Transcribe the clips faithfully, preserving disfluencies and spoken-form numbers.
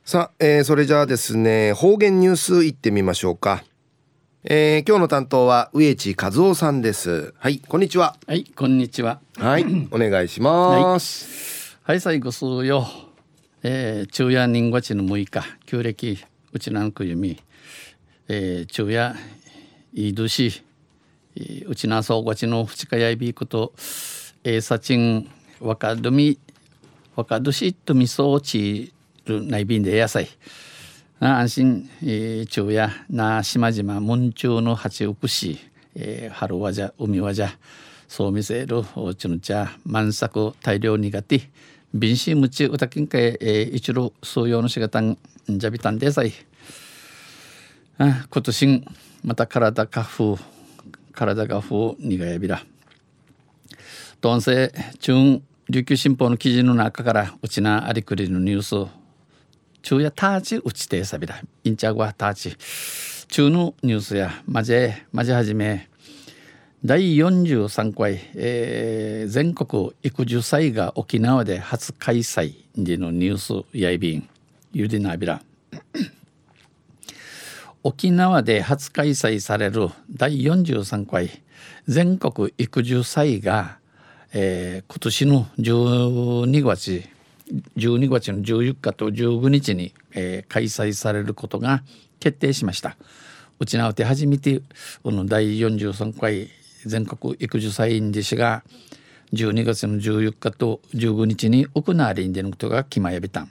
さあ、えー、それじゃあですね、方言ニュースいってみましょうか。えー、今日の担当は植地和夫さんです。はい、こんにちは。 はい、こんにちは。 はいお願いします。 はい、最後数よ、えー、昼夜人月のむいか旧暦うちなんくゆみ、えー、昼夜いどしうちなそうごちのふちかやいびこと、えー、さちんわかどみわかどしとみそうちるないびんで野菜な安心、えー、昼夜な島々門中の八福市、えー、春はじゃ海はじゃそう見せるおちのちゃ満作大量苦手便子むちうたきんかええ一路数用のしがたんじゃびたんでさいあ今年また体が風体が風苦やびらどんせ中琉球新報の記事の中からうちなありくりのニュース中やターチうちてさびらインチャグはターチ中のニュースやまじまじはじめだいよんじゅうさんかい、えー、全国育樹祭が沖縄で初開催でのニュースやいびんゆでなびら沖縄で初開催されるだいよんじゅうさんかい全国育樹祭が、えー、今年のじゅうにがつじゅうにがつのじゅうよっかとじゅうごにちに、えー、開催されることが決定しました。うちなうて初めてこのだいよんじゅうさんかい全国育樹祭んでしがじゅうにがつのじゅうよっかとじゅうごにちに行われんでのことが決まやびたん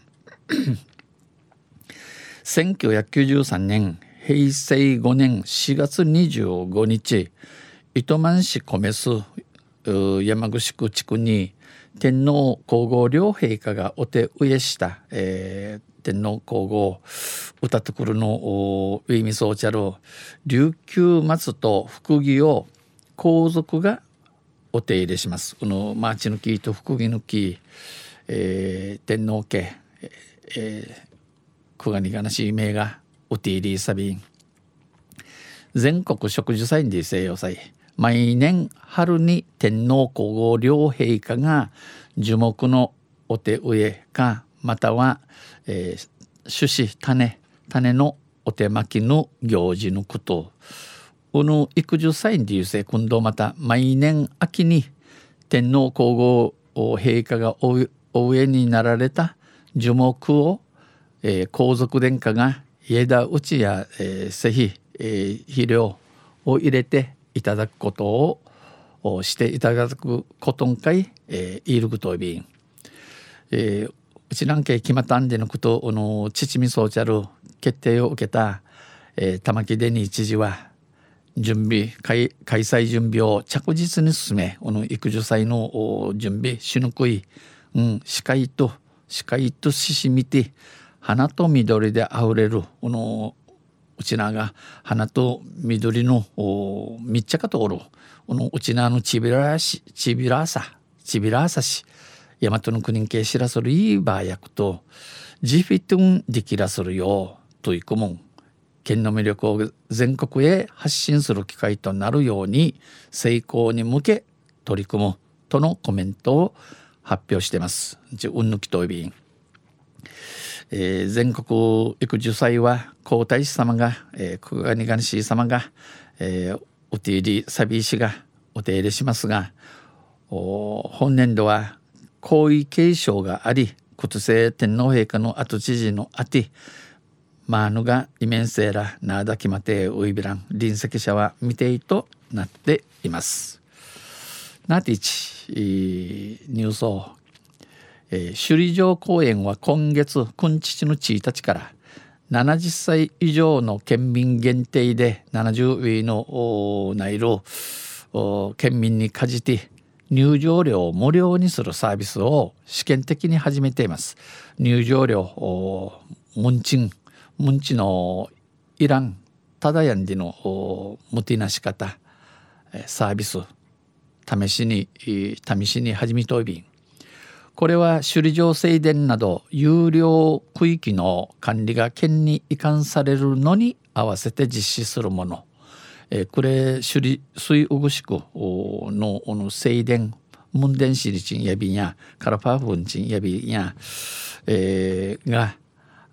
せんきゅうひゃくきゅうじゅうさんねんへいせいごねんしがつにじゅうごにち糸満市米須山口区地区に天皇皇后両陛下がお手植えした、えー、天皇皇后歌とくるのウィミソーチャル琉球松と福木を皇族がお手入れします。このマーチ抜きと福木抜き、えー、天皇家、えー、久我にがなし名がお手入れさびん全国植樹祭で西洋祭毎年春に天皇皇后両陛下が樹木のお手植えかまたは、えー、種子種種のお手巻きの行事のことこの育樹祭でいうせ今度また毎年秋に天皇皇后陛下がお植えになられた樹木を、えー、皇族殿下が枝打ちや、えー、施肥、えー、肥料を入れていただくことをしていただくことんかい、えー、いることびん、えー、うちなんけ決まったんでのことをの父みそうちゃる決定を受けた、えー、玉城デニー知事は準備 開, 開催準備を着実に進めこの育樹祭の準備しぬくい、うん、視界と視界とししみて花と緑であふれるこのうちなが花と緑の密着とおるこのうちなのちびらしちびらさちびらさし大和の国系しらそるいいばやくとジフィトンできらそるよといくもん県の魅力を全国へ発信する機会となるように成功に向け取り組むとのコメントを発表しています。うんぬきといびん、えー、全国育樹祭は皇太子様が、えー、久我にがし様が、えー、お手入れサビ師がお手入れしますが本年度は皇位継承があり今年天皇陛下の後知事のあてマーヌがイメンセーラナーダキマテウイビラン臨席者は未定となっています。ナティチニュースを、えー、首里城公園は今月くんちちのちいたちからななじゅっさい以上の県民限定でななじゅうウィの内容県民にかじて入場料を無料にするサービスを試験的に始めています。入場料ムンチンムンチのイランただやんでのもてなし方サービス試しに試しに始めといびんこれは首里城正殿など有料区域の管理が県に移管されるのに合わせて実施するものえこれ首里水うぐしくのの正殿ムンデンシリチンやびんやカラパーフンチンやびんや、えー、が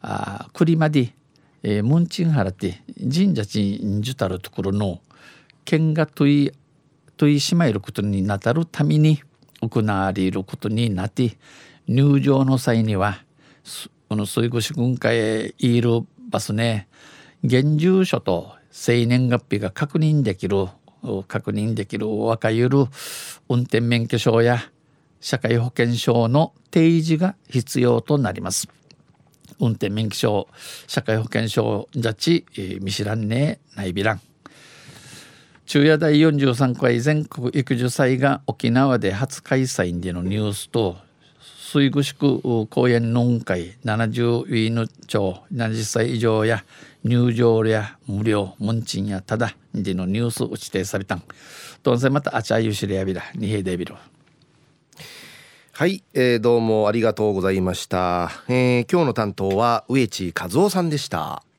あ栗まで、えー、ムンチンハラティ神社ちんじゅたるところの県がといといしまいることになたるために行われることになって入場の際にはこの水越軍会へいるバスね現住所と生年月日が確認できる確認できる若ゆる運転免許証や社会保険証の提示が必要となります。運転免許証社会保険証じゃち、えー、見知らんねないびらん。昼夜第よんじゅうさんかい全国育樹祭が沖縄で初開催でのニュースと水牛区公園農会ななじゅうウィーヌ町ななじゅっさい以上や入場や無料門賃やただでのニュースを指定されたんどんせまたあちゃゆしりやびらにへでびろ。 はい、えー、どうもありがとうございました、えー、今日の担当は植地和夫さんでした。